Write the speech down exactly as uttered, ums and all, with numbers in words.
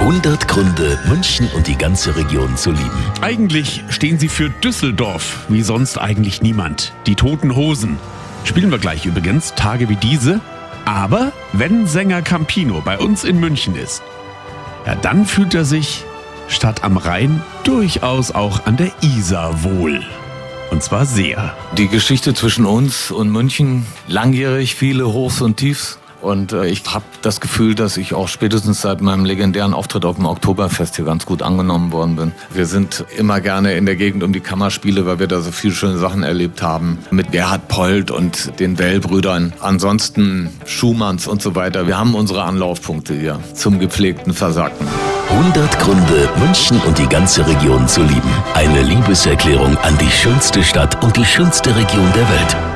hundert Gründe, München und die ganze Region zu lieben. Eigentlich stehen sie für Düsseldorf, wie sonst eigentlich niemand. Die Toten Hosen. Spielen wir gleich übrigens, Tage wie diese. Aber wenn Sänger Campino bei uns in München ist, ja, dann fühlt er sich statt am Rhein durchaus auch an der Isar wohl. Und zwar sehr. Die Geschichte zwischen uns und München, langjährig, viele Hochs und Tiefs. Und äh, ich habe das Gefühl, dass ich auch spätestens seit meinem legendären Auftritt auf dem Oktoberfest hier ganz gut angenommen worden bin. Wir sind immer gerne in der Gegend um die Kammerspiele, weil wir da so viele schöne Sachen erlebt haben. Mit Gerhard Polt und den Well-Brüdern. Ansonsten Schumanns und so weiter. Wir haben unsere Anlaufpunkte hier zum gepflegten Versacken. hundert Gründe, München und die ganze Region zu lieben. Eine Liebeserklärung an die schönste Stadt und die schönste Region der Welt.